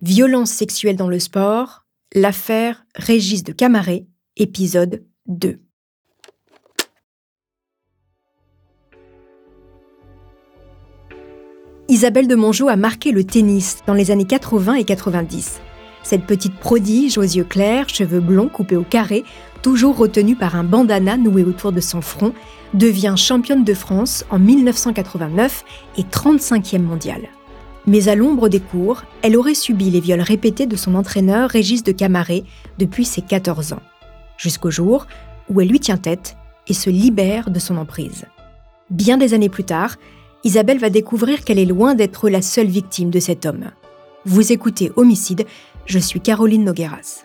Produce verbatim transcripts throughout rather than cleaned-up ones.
Violence sexuelle dans le sport, l'affaire Régis de Camaret, épisode deux. Isabelle de Mongeau a marqué le tennis dans les années quatre-vingts et quatre-vingt-dix. Cette petite prodige aux yeux clairs, cheveux blonds coupés au carré, toujours retenue par un bandana noué autour de son front, devient championne de France en dix-neuf cent quatre-vingt-neuf et trente-cinquième mondiale. Mais à l'ombre des cours, elle aurait subi les viols répétés de son entraîneur Régis de Camaret depuis ses quatorze ans, jusqu'au jour où elle lui tient tête et se libère de son emprise. Bien des années plus tard, Isabelle va découvrir qu'elle est loin d'être la seule victime de cet homme. Vous écoutez Homicide, je suis Caroline Nogueras.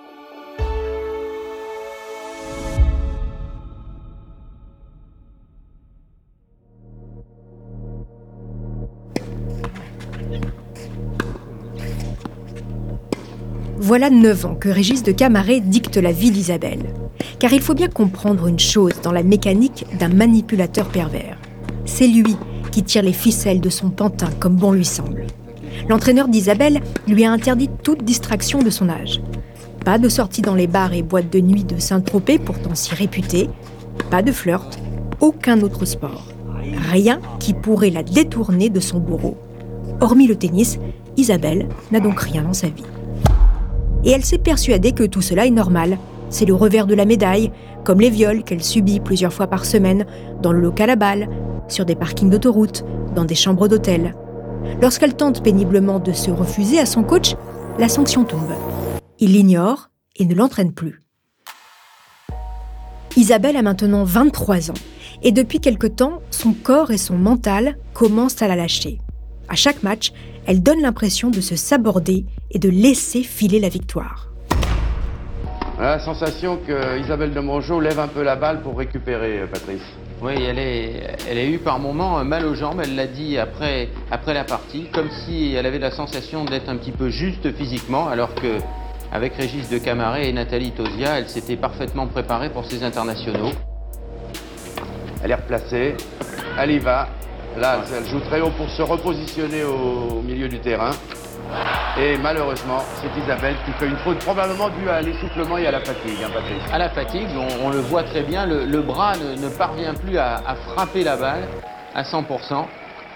Voilà neuf ans que Régis de Camaret dicte la vie d'Isabelle. Car il faut bien comprendre une chose dans la mécanique d'un manipulateur pervers. C'est lui qui tire les ficelles de son pantin comme bon lui semble. L'entraîneur d'Isabelle lui a interdit toute distraction de son âge. Pas de sortie dans les bars et boîtes de nuit de Saint-Tropez, pourtant si réputés. Pas de flirt, aucun autre sport. Rien qui pourrait la détourner de son bourreau. Hormis le tennis, Isabelle n'a donc rien dans sa vie. Et elle s'est persuadée que tout cela est normal. C'est le revers de la médaille, comme les viols qu'elle subit plusieurs fois par semaine, dans le local à balles, sur des parkings d'autoroute, dans des chambres d'hôtel. Lorsqu'elle tente péniblement de se refuser à son coach, la sanction tombe. Il l'ignore et ne l'entraîne plus. Isabelle a maintenant vingt-trois ans, et depuis quelque temps, son corps et son mental commencent à la lâcher. À chaque match, elle donne l'impression de se saborder et de laisser filer la victoire. La sensation que Isabelle de Mongeau lève un peu la balle pour récupérer, Patrice. Oui, elle est, elle a eu par moments mal aux jambes, elle l'a dit après, après la partie, comme si elle avait la sensation d'être un petit peu juste physiquement, alors que avec Régis de Camaret et Nathalie Tauziat, elle s'était parfaitement préparée pour ses internationaux. Elle est replacée, elle y va. Là, elle joue très haut pour se repositionner au milieu du terrain. Et malheureusement, c'est Isabelle qui fait une faute, probablement due à l'essoufflement et à la fatigue, hein, Patrice. À la fatigue, on, on le voit très bien, le, le bras ne, ne parvient plus à, à frapper la balle à cent pour cent.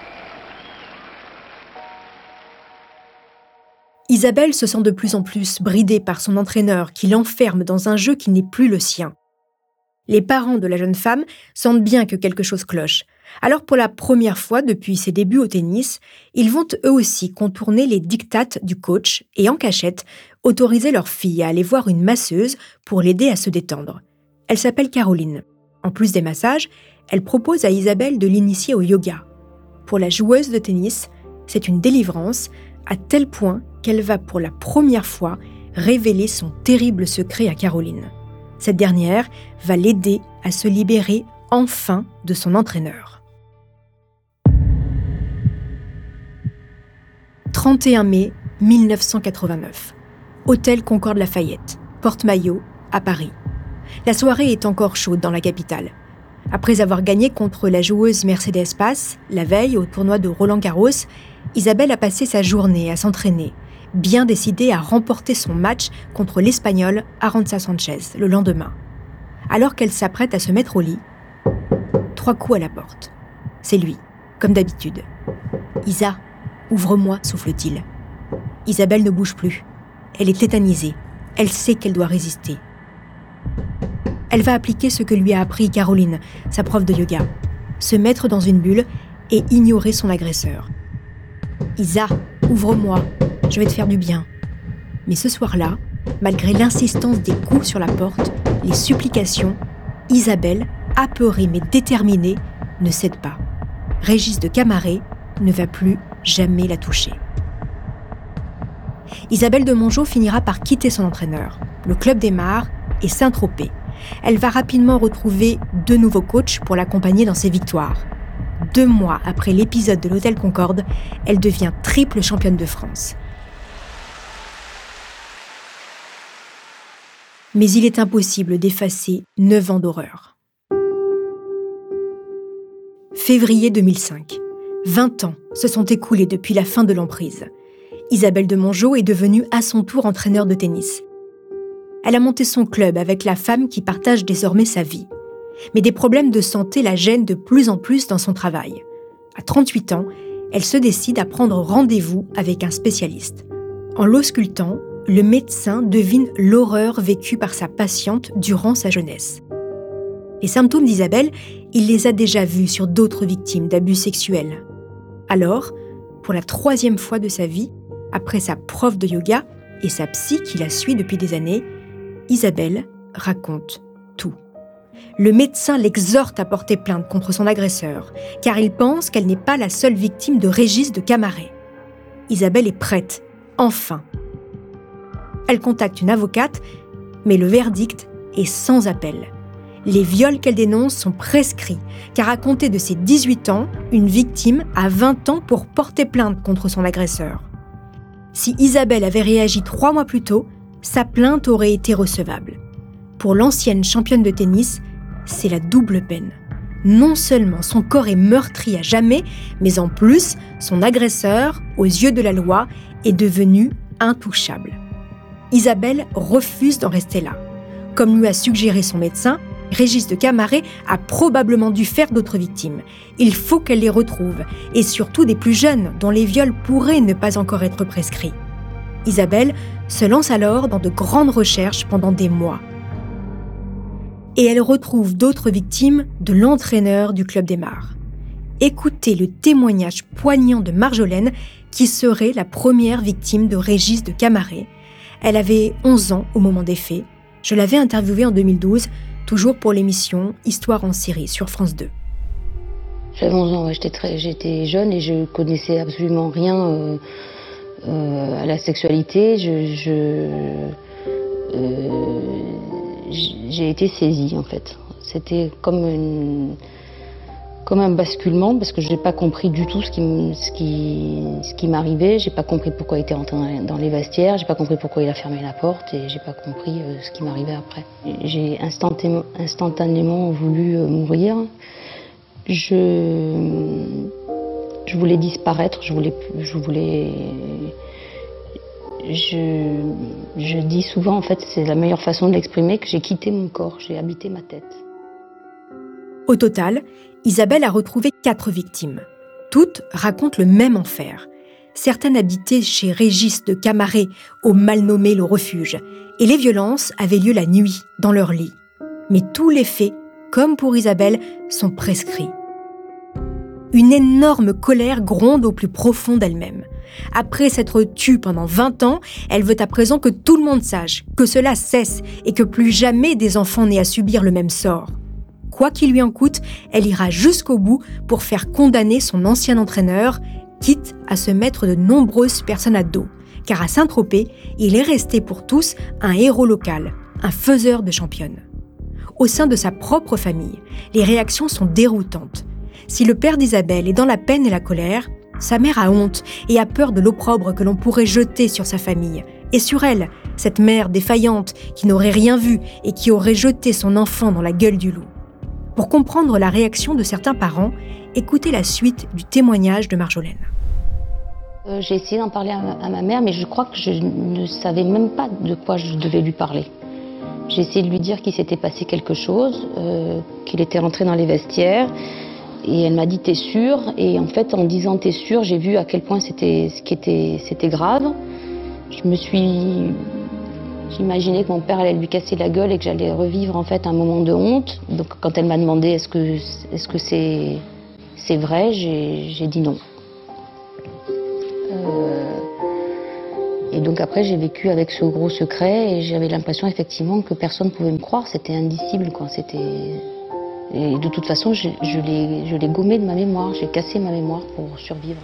Isabelle se sent de plus en plus bridée par son entraîneur qui l'enferme dans un jeu qui n'est plus le sien. Les parents de la jeune femme sentent bien que quelque chose cloche. Alors pour la première fois depuis ses débuts au tennis, ils vont eux aussi contourner les diktats du coach et en cachette, autoriser leur fille à aller voir une masseuse pour l'aider à se détendre. Elle s'appelle Caroline. En plus des massages, elle propose à Isabelle de l'initier au yoga. Pour la joueuse de tennis, c'est une délivrance à tel point qu'elle va pour la première fois révéler son terrible secret à Caroline. Cette dernière va l'aider à se libérer enfin de son entraîneur. trente et un mai dix-neuf cent quatre-vingt-neuf. Hôtel Concorde Lafayette, Porte-Maillot, à Paris. La soirée est encore chaude dans la capitale. Après avoir gagné contre la joueuse Mercedes Paz, la veille au tournoi de Roland-Garros, Isabelle a passé sa journée à s'entraîner, bien décidée à remporter son match contre l'Espagnole Arantxa Sanchez le lendemain. Alors qu'elle s'apprête à se mettre au lit, trois coups à la porte. C'est lui, comme d'habitude. « Isa, ouvre-moi », souffle-t-il. Isabelle ne bouge plus. Elle est tétanisée. Elle sait qu'elle doit résister. Elle va appliquer ce que lui a appris Caroline, sa prof de yoga. Se mettre dans une bulle et ignorer son agresseur. « Isa, ouvre-moi, je vais te faire du bien. » Mais ce soir-là, malgré l'insistance des coups sur la porte, les supplications, Isabelle, apeurée mais déterminée, ne cède pas. Régis de Camaret ne va plus jamais la toucher. Isabelle de Mongeau finira par quitter son entraîneur, le Club des Mares et Saint-Tropez. Elle va rapidement retrouver deux nouveaux coachs pour l'accompagner dans ses victoires. Deux mois après l'épisode de l'Hôtel Concorde, elle devient triple championne de France. Mais il est impossible d'effacer neuf ans d'horreur. Février deux mille cinq. vingt ans se sont écoulés depuis la fin de l'emprise. Isabelle de Mongeau est devenue à son tour entraîneur de tennis. Elle a monté son club avec la femme qui partage désormais sa vie. Mais des problèmes de santé la gênent de plus en plus dans son travail. À trente-huit ans, elle se décide à prendre rendez-vous avec un spécialiste. En l'auscultant, le médecin devine l'horreur vécue par sa patiente durant sa jeunesse. Les symptômes d'Isabelle, il les a déjà vus sur d'autres victimes d'abus sexuels. Alors, pour la troisième fois de sa vie, après sa prof de yoga et sa psy qui la suit depuis des années, Isabelle raconte tout. Le médecin l'exhorte à porter plainte contre son agresseur, car il pense qu'elle n'est pas la seule victime de Régis de Camaret. Isabelle est prête, enfin. Elle contacte une avocate, mais le verdict est sans appel. Les viols qu'elle dénonce sont prescrits, car à compter de ses dix-huit ans, une victime a vingt ans pour porter plainte contre son agresseur. Si Isabelle avait réagi trois mois plus tôt, sa plainte aurait été recevable. Pour l'ancienne championne de tennis, c'est la double peine. Non seulement son corps est meurtri à jamais, mais en plus, son agresseur, aux yeux de la loi, est devenu intouchable. Isabelle refuse d'en rester là. Comme lui a suggéré son médecin, Régis de Camaret a probablement dû faire d'autres victimes. Il faut qu'elle les retrouve, et surtout des plus jeunes, dont les viols pourraient ne pas encore être prescrits. Isabelle se lance alors dans de grandes recherches pendant des mois. Et elle retrouve d'autres victimes de l'entraîneur du Club des Mares. Écoutez le témoignage poignant de Marjolaine, qui serait la première victime de Régis de Camaret. Elle avait onze ans au moment des faits. Je l'avais interviewée en deux mille douze, toujours pour l'émission Histoire en série sur France deux. J'avais onze ans, ouais, j'étais, très, j'étais jeune et je connaissais absolument rien euh, euh, à la sexualité. Je, je, euh, j'ai été saisie en fait. C'était comme, une, comme un basculement parce que je n'ai pas compris du tout ce qui, ce qui, ce qui m'arrivait. Je n'ai pas compris pourquoi il était rentré dans les vestiaires, je n'ai pas compris pourquoi il a fermé la porte et je n'ai pas compris euh, ce qui m'arrivait après. J'ai instantanément, instantanément voulu euh, mourir. Je, je voulais disparaître, je voulais, je voulais, je, je dis souvent en fait, c'est la meilleure façon de l'exprimer, que j'ai quitté mon corps, j'ai habité ma tête. Au total, Isabelle a retrouvé quatre victimes. Toutes racontent le même enfer. Certaines habitaient chez Régis de Camaret, au mal nommé Le Refuge, et les violences avaient lieu la nuit, dans leur lit. Mais tous les faits, comme pour Isabelle, sont prescrits. Une énorme colère gronde au plus profond d'elle-même. Après s'être tue pendant vingt ans, elle veut à présent que tout le monde sache, que cela cesse et que plus jamais des enfants n'aient à subir le même sort. Quoi qu'il lui en coûte, elle ira jusqu'au bout pour faire condamner son ancien entraîneur, quitte à se mettre de nombreuses personnes à dos. Car à Saint-Tropez, il est resté pour tous un héros local, un faiseur de championnes. Au sein de sa propre famille, les réactions sont déroutantes. Si le père d'Isabelle est dans la peine et la colère, sa mère a honte et a peur de l'opprobre que l'on pourrait jeter sur sa famille. Et sur elle, cette mère défaillante qui n'aurait rien vu et qui aurait jeté son enfant dans la gueule du loup. Pour comprendre la réaction de certains parents, écoutez la suite du témoignage de Marjolaine. Euh, j'ai essayé d'en parler à ma, à ma mère, mais je crois que je ne savais même pas de quoi je devais lui parler. J'ai essayé de lui dire qu'il s'était passé quelque chose, euh, qu'il était rentré dans les vestiaires. Et elle m'a dit « t'es sûre ?» Et en fait, en disant « t'es sûre », j'ai vu à quel point c'était, ce qui était, c'était grave. Je me suis... J'imaginais que mon père allait lui casser la gueule et que j'allais revivre en fait un moment de honte. Donc quand elle m'a demandé « est-ce que, est-ce que c'est, c'est vrai ?» j'ai, j'ai dit non. Euh... Et donc après, j'ai vécu avec ce gros secret et j'avais l'impression effectivement que personne ne pouvait me croire. C'était indicible, quoi. C'était... Et de toute façon, je, je, l'ai, je l'ai gommé de ma mémoire, j'ai cassé ma mémoire pour survivre.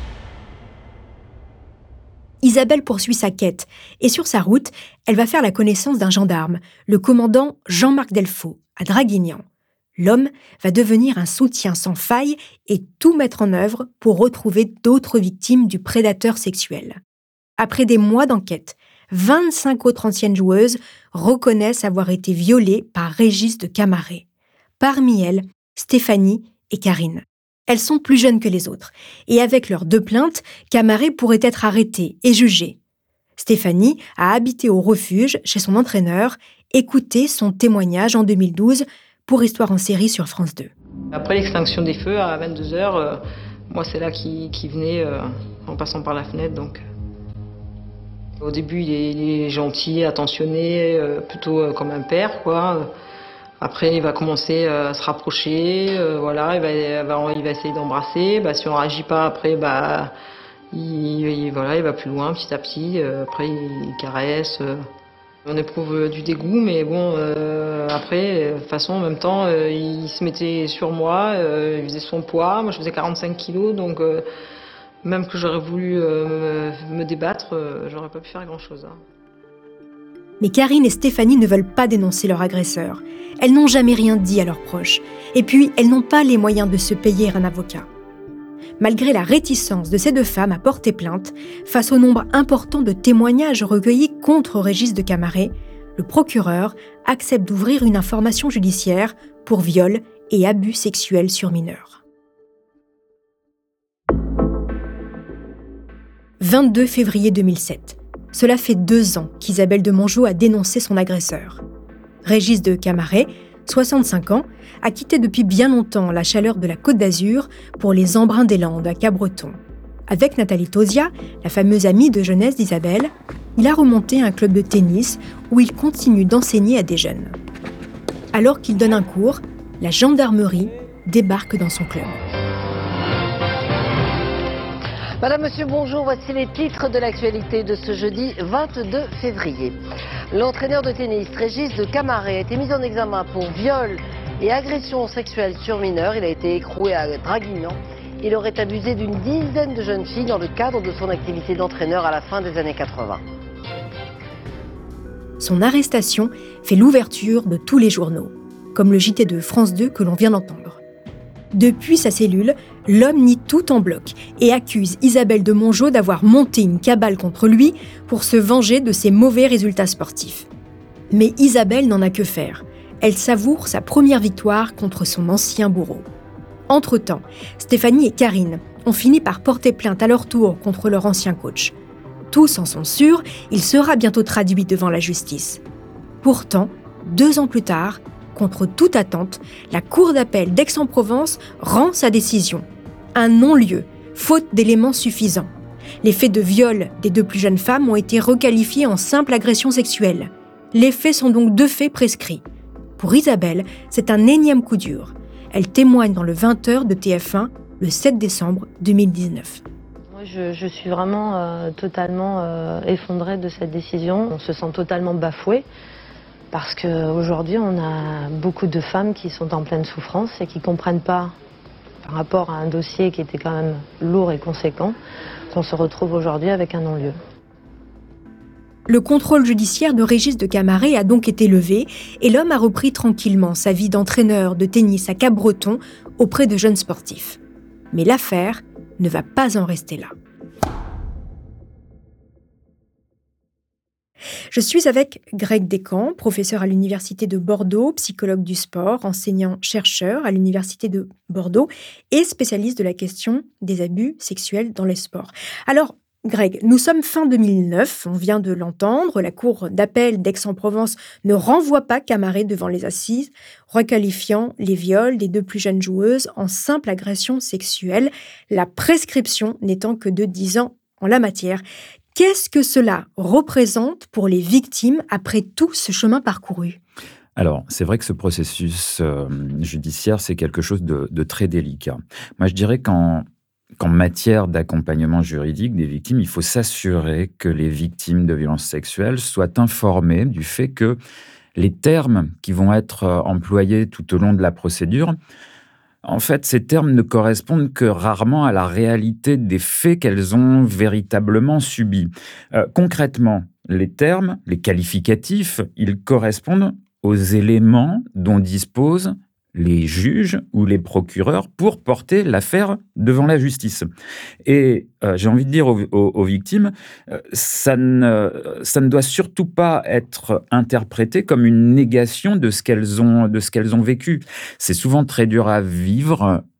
Isabelle poursuit sa quête, et sur sa route, elle va faire la connaissance d'un gendarme, le commandant Jean-Marc Delfaux, à Draguignan. L'homme va devenir un soutien sans faille et tout mettre en œuvre pour retrouver d'autres victimes du prédateur sexuel. Après des mois d'enquête, vingt-cinq autres anciennes joueuses reconnaissent avoir été violées par Régis de Camaret. Parmi elles, Stéphanie et Karine. Elles sont plus jeunes que les autres, et avec leurs deux plaintes, Camaret pourrait être arrêtée et jugée. Stéphanie a habité au refuge chez son entraîneur. Écoutez son témoignage en deux mille douze pour Histoire en série sur France deux. Après l'extinction des feux à vingt-deux heures, euh, moi c'est là qui, qui venait euh, en passant par la fenêtre. Donc. Au début il est, il est gentil, attentionné, euh, plutôt euh, comme un père, quoi. Après il va commencer euh, à se rapprocher, euh, voilà, il va, il va, il va essayer d'embrasser. Bah, si on réagit pas après, bah, il, il, voilà, il va plus loin petit à petit. Euh, après il caresse. Euh. On éprouve du dégoût, mais bon, euh, après, de toute façon, en même temps, euh, il se mettait sur moi, euh, il faisait son poids. Moi, je faisais quarante-cinq kilos, donc euh, même que j'aurais voulu euh, me, me débattre, euh, j'aurais pas pu faire grand-chose. Hein. Mais Karine et Stéphanie ne veulent pas dénoncer leur agresseur. Elles n'ont jamais rien dit à leurs proches. Et puis, elles n'ont pas les moyens de se payer un avocat. Malgré la réticence de ces deux femmes à porter plainte, face au nombre important de témoignages recueillis contre Régis de Camaret, le procureur accepte d'ouvrir une information judiciaire pour viol et abus sexuels sur mineurs. vingt-deux février deux mille sept. Cela fait deux ans qu'Isabelle de Mongeau a dénoncé son agresseur. Régis de Camaret, soixante-cinq ans, a quitté depuis bien longtemps la chaleur de la Côte d'Azur pour les embruns des Landes à Cabreton. Avec Nathalie Tauziat, la fameuse amie de jeunesse d'Isabelle, il a remonté un club de tennis où il continue d'enseigner à des jeunes. Alors qu'il donne un cours, la gendarmerie débarque dans son club. Madame, Monsieur, bonjour. Voici les titres de l'actualité de ce jeudi vingt-deux février. L'entraîneur de tennis, Régis de Camaret, a été mis en examen pour viol et agression sexuelle sur mineurs. Il a été écroué à Draguignan. Il aurait abusé d'une dizaine de jeunes filles dans le cadre de son activité d'entraîneur à la fin des années quatre-vingts. Son arrestation fait l'ouverture de tous les journaux, comme le J T de France deux que l'on vient d'entendre. Depuis sa cellule, l'homme nie tout en bloc et accuse Isabelle de Mongeau d'avoir monté une cabale contre lui pour se venger de ses mauvais résultats sportifs. Mais Isabelle n'en a que faire. Elle savoure sa première victoire contre son ancien bourreau. Entre-temps, Stéphanie et Karine ont fini par porter plainte à leur tour contre leur ancien coach. Tous en sont sûrs, il sera bientôt traduit devant la justice. Pourtant, deux ans plus tard, contre toute attente, la Cour d'appel d'Aix-en-Provence rend sa décision. Un non-lieu, faute d'éléments suffisants. Les faits de viol des deux plus jeunes femmes ont été requalifiés en simple agression sexuelle. Les faits sont donc de fait prescrits. Pour Isabelle, c'est un énième coup dur. Elle témoigne dans le vingt heures de T F un le sept décembre deux mille dix-neuf. Moi, je, je suis vraiment euh, totalement euh, effondrée de cette décision. On se sent totalement bafoué. Parce qu'aujourd'hui, on a beaucoup de femmes qui sont en pleine souffrance et qui ne comprennent pas, par rapport à un dossier qui était quand même lourd et conséquent, qu'on se retrouve aujourd'hui avec un non-lieu. Le contrôle judiciaire de Régis de Camaret a donc été levé et l'homme a repris tranquillement sa vie d'entraîneur de tennis à Cabreton auprès de jeunes sportifs. Mais l'affaire ne va pas en rester là. Je suis avec Greg Descamps, professeur à l'Université de Bordeaux, psychologue du sport, enseignant-chercheur à l'Université de Bordeaux et spécialiste de la question des abus sexuels dans les sports. Alors, Greg, nous sommes fin deux mille neuf, on vient de l'entendre, la Cour d'appel d'Aix-en-Provence ne renvoie pas Camaret devant les assises, requalifiant les viols des deux plus jeunes joueuses en simple agression sexuelle, la prescription n'étant que de dix ans en la matière. Qu'est-ce que cela représente pour les victimes après tout ce chemin parcouru ? Alors, c'est vrai que ce processus euh, judiciaire, c'est quelque chose de, de très délicat. Moi, je dirais qu'en, qu'en matière d'accompagnement juridique des victimes, il faut s'assurer que les victimes de violences sexuelles soient informées du fait que les termes qui vont être employés tout au long de la procédure, en fait, ces termes ne correspondent que rarement à la réalité des faits qu'elles ont véritablement subis. Euh, concrètement, les termes, les qualificatifs, ils correspondent aux éléments dont disposent les juges ou les procureurs pour porter l'affaire devant la justice. Et euh, j'ai envie de dire aux, aux, aux victimes, euh, ça, ne, ça ne doit surtout pas être interprété comme une négation de ce qu'elles ont, de ce qu'elles ont vécu. C'est souvent très dur à vivre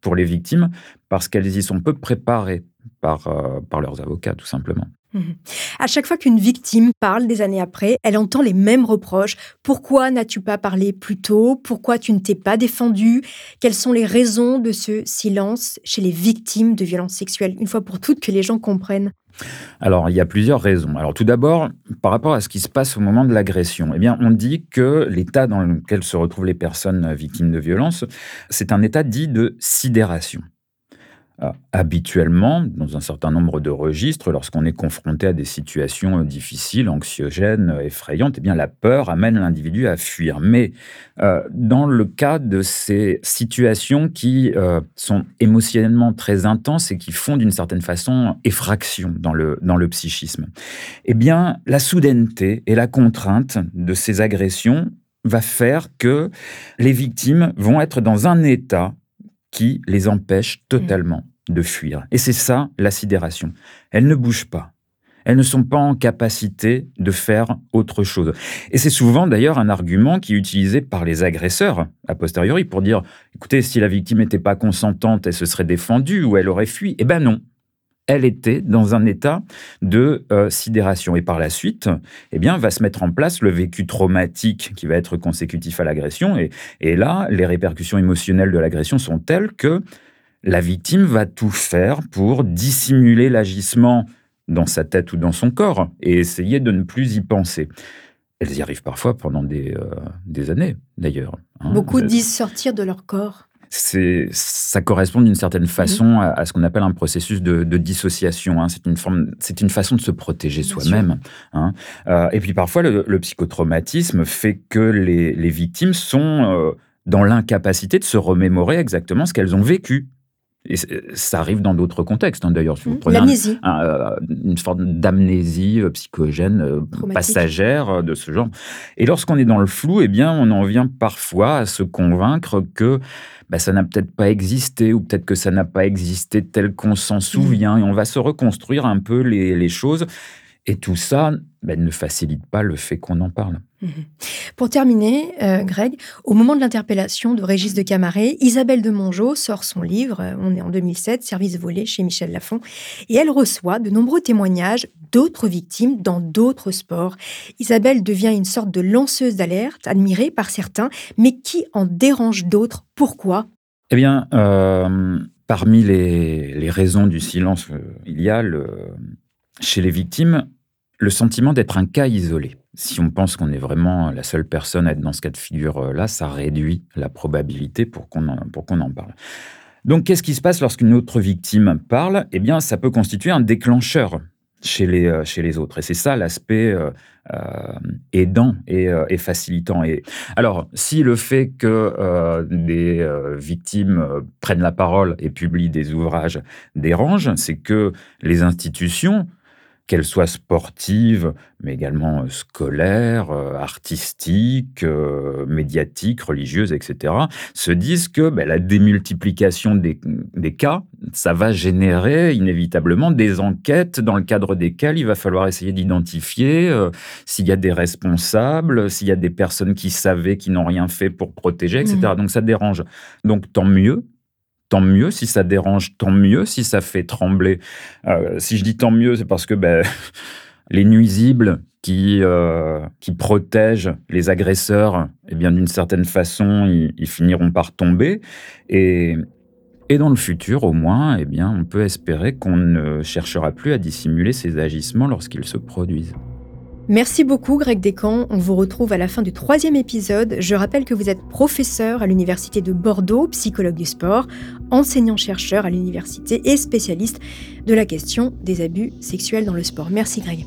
pour les victimes parce qu'elles y sont peu préparées par, euh, par leurs avocats, tout simplement. Mmh. À chaque fois qu'une victime parle des années après, elle entend les mêmes reproches. Pourquoi n'as-tu pas parlé plus tôt ? Pourquoi tu ne t'es pas défendu ? Quelles sont les raisons de ce silence chez les victimes de violences sexuelles ? Une fois pour toutes, que les gens comprennent. Alors, il y a plusieurs raisons. Alors, tout d'abord, par rapport à ce qui se passe au moment de l'agression, eh bien, on dit que l'état dans lequel se retrouvent les personnes victimes de violences, c'est un état dit de sidération. Euh, habituellement, dans un certain nombre de registres, lorsqu'on est confronté à des situations difficiles, anxiogènes, effrayantes, eh bien, la peur amène l'individu à fuir. Mais euh, dans le cas de ces situations qui euh, sont émotionnellement très intenses et qui font d'une certaine façon effraction dans le, dans le psychisme, eh bien, la soudaineté et la contrainte de ces agressions va faire que les victimes vont être dans un état qui les empêche totalement de fuir. Et c'est ça, la sidération. Elles ne bougent pas. Elles ne sont pas en capacité de faire autre chose. Et c'est souvent d'ailleurs un argument qui est utilisé par les agresseurs, a posteriori, pour dire, écoutez, si la victime n'était pas consentante, elle se serait défendue ou elle aurait fui. Eh ben non. Elle était dans un état de euh, sidération. Et par la suite, eh bien, va se mettre en place le vécu traumatique qui va être consécutif à l'agression. Et, et là, les répercussions émotionnelles de l'agression sont telles que la victime va tout faire pour dissimuler l'agissement dans sa tête ou dans son corps et essayer de ne plus y penser. Elles y arrivent parfois pendant des, euh, des années, d'ailleurs. Hein. Beaucoup C'est... disent sortir de leur corps. C'est, ça correspond d'une certaine façon à, à ce qu'on appelle un processus de, de dissociation. Hein. C'est une forme, c'est une façon de se protéger Bien soi-même. Hein. Euh, et puis parfois, le, le psychotraumatisme fait que les, les victimes sont euh, dans l'incapacité de se remémorer exactement ce qu'elles ont vécu. Et ça arrive dans d'autres contextes, hein, d'ailleurs. Si vous prenez L'amnésie. Un, un, une forme d'amnésie euh, psychogène euh, passagère euh, de ce genre. Et lorsqu'on est dans le flou, eh bien, on en vient parfois à se convaincre que bah, ça n'a peut-être pas existé, ou peut-être que ça n'a pas existé tel qu'on s'en souvient. Mmh. Et on va se reconstruire un peu les, les choses. Et tout ça bah, ne facilite pas le fait qu'on en parle. Mmh. Pour terminer, euh, Greg, au moment de l'interpellation de Régis de Camaret, Isabelle de Mongeau sort son livre, euh, on est en deux mille sept, Service volé chez Michel Lafon, et elle reçoit de nombreux témoignages d'autres victimes dans d'autres sports. Isabelle devient une sorte de lanceuse d'alerte, admirée par certains, mais qui en dérange d'autres. Pourquoi ? Eh bien, euh, parmi les, les raisons du silence, euh, il y a le... Chez les victimes, le sentiment d'être un cas isolé. Si on pense qu'on est vraiment la seule personne à être dans ce cas de figure-là, ça réduit la probabilité pour qu'on en, pour qu'on en parle. Donc, qu'est-ce qui se passe lorsqu'une autre victime parle ? Eh bien, ça peut constituer un déclencheur chez les, euh, chez les autres. Et c'est ça l'aspect euh, euh, aidant et, euh, et facilitant. Et alors, si le fait que euh, des euh, victimes euh, prennent la parole et publient des ouvrages dérange, c'est que les institutions, qu'elles soient sportives, mais également scolaires, euh, artistiques, euh, médiatiques, religieuses, et cetera, se disent que ben, la démultiplication des, des cas, ça va générer inévitablement des enquêtes dans le cadre desquelles il va falloir essayer d'identifier euh, s'il y a des responsables, s'il y a des personnes qui savaient, qui n'ont rien fait pour protéger, et cetera. Mmh. Donc ça dérange. Donc tant mieux. Tant mieux si ça dérange, tant mieux si ça fait trembler. Euh, si je dis tant mieux, c'est parce que ben, les nuisibles qui, euh, qui protègent les agresseurs, eh bien, d'une certaine façon, ils, ils finiront par tomber. Et, et dans le futur, au moins, eh bien, on peut espérer qu'on ne cherchera plus à dissimuler ces agissements lorsqu'ils se produisent. Merci beaucoup Greg Descamps, on vous retrouve à la fin du troisième épisode. Je rappelle que vous êtes professeur à l'Université de Bordeaux, psychologue du sport, enseignant-chercheur à l'université et spécialiste de la question des abus sexuels dans le sport. Merci Greg.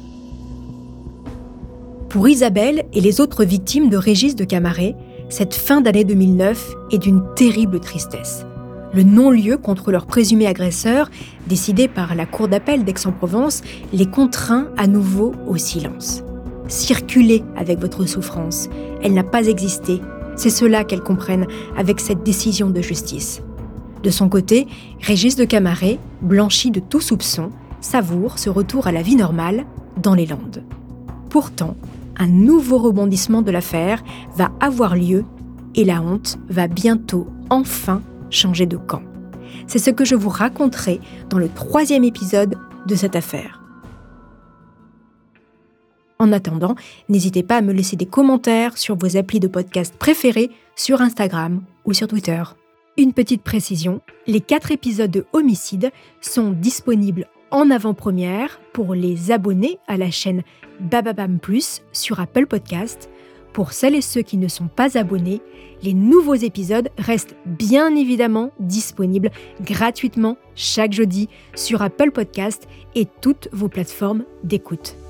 Pour Isabelle et les autres victimes de Régis de Camaret, cette fin d'année deux mille neuf est d'une terrible tristesse. Le non-lieu contre leur présumé agresseur, décidé par la cour d'appel d'Aix-en-Provence, les contraint à nouveau au silence. Circulez avec votre souffrance, elle n'a pas existé. C'est cela qu'elles comprennent avec cette décision de justice. De son côté, Régis de Camaret, blanchi de tout soupçon, savoure ce retour à la vie normale dans les Landes. Pourtant, un nouveau rebondissement de l'affaire va avoir lieu et la honte va bientôt, enfin, changer de camp. C'est ce que je vous raconterai dans le troisième épisode de cette affaire. En attendant, n'hésitez pas à me laisser des commentaires sur vos applis de podcast préférés, sur Instagram ou sur Twitter. Une petite précision, les quatre épisodes de Homicide sont disponibles en avant-première pour les abonnés à la chaîne Bababam Plus sur Apple Podcast. Pour celles et ceux qui ne sont pas abonnés, les nouveaux épisodes restent bien évidemment disponibles gratuitement chaque jeudi sur Apple Podcast et toutes vos plateformes d'écoute.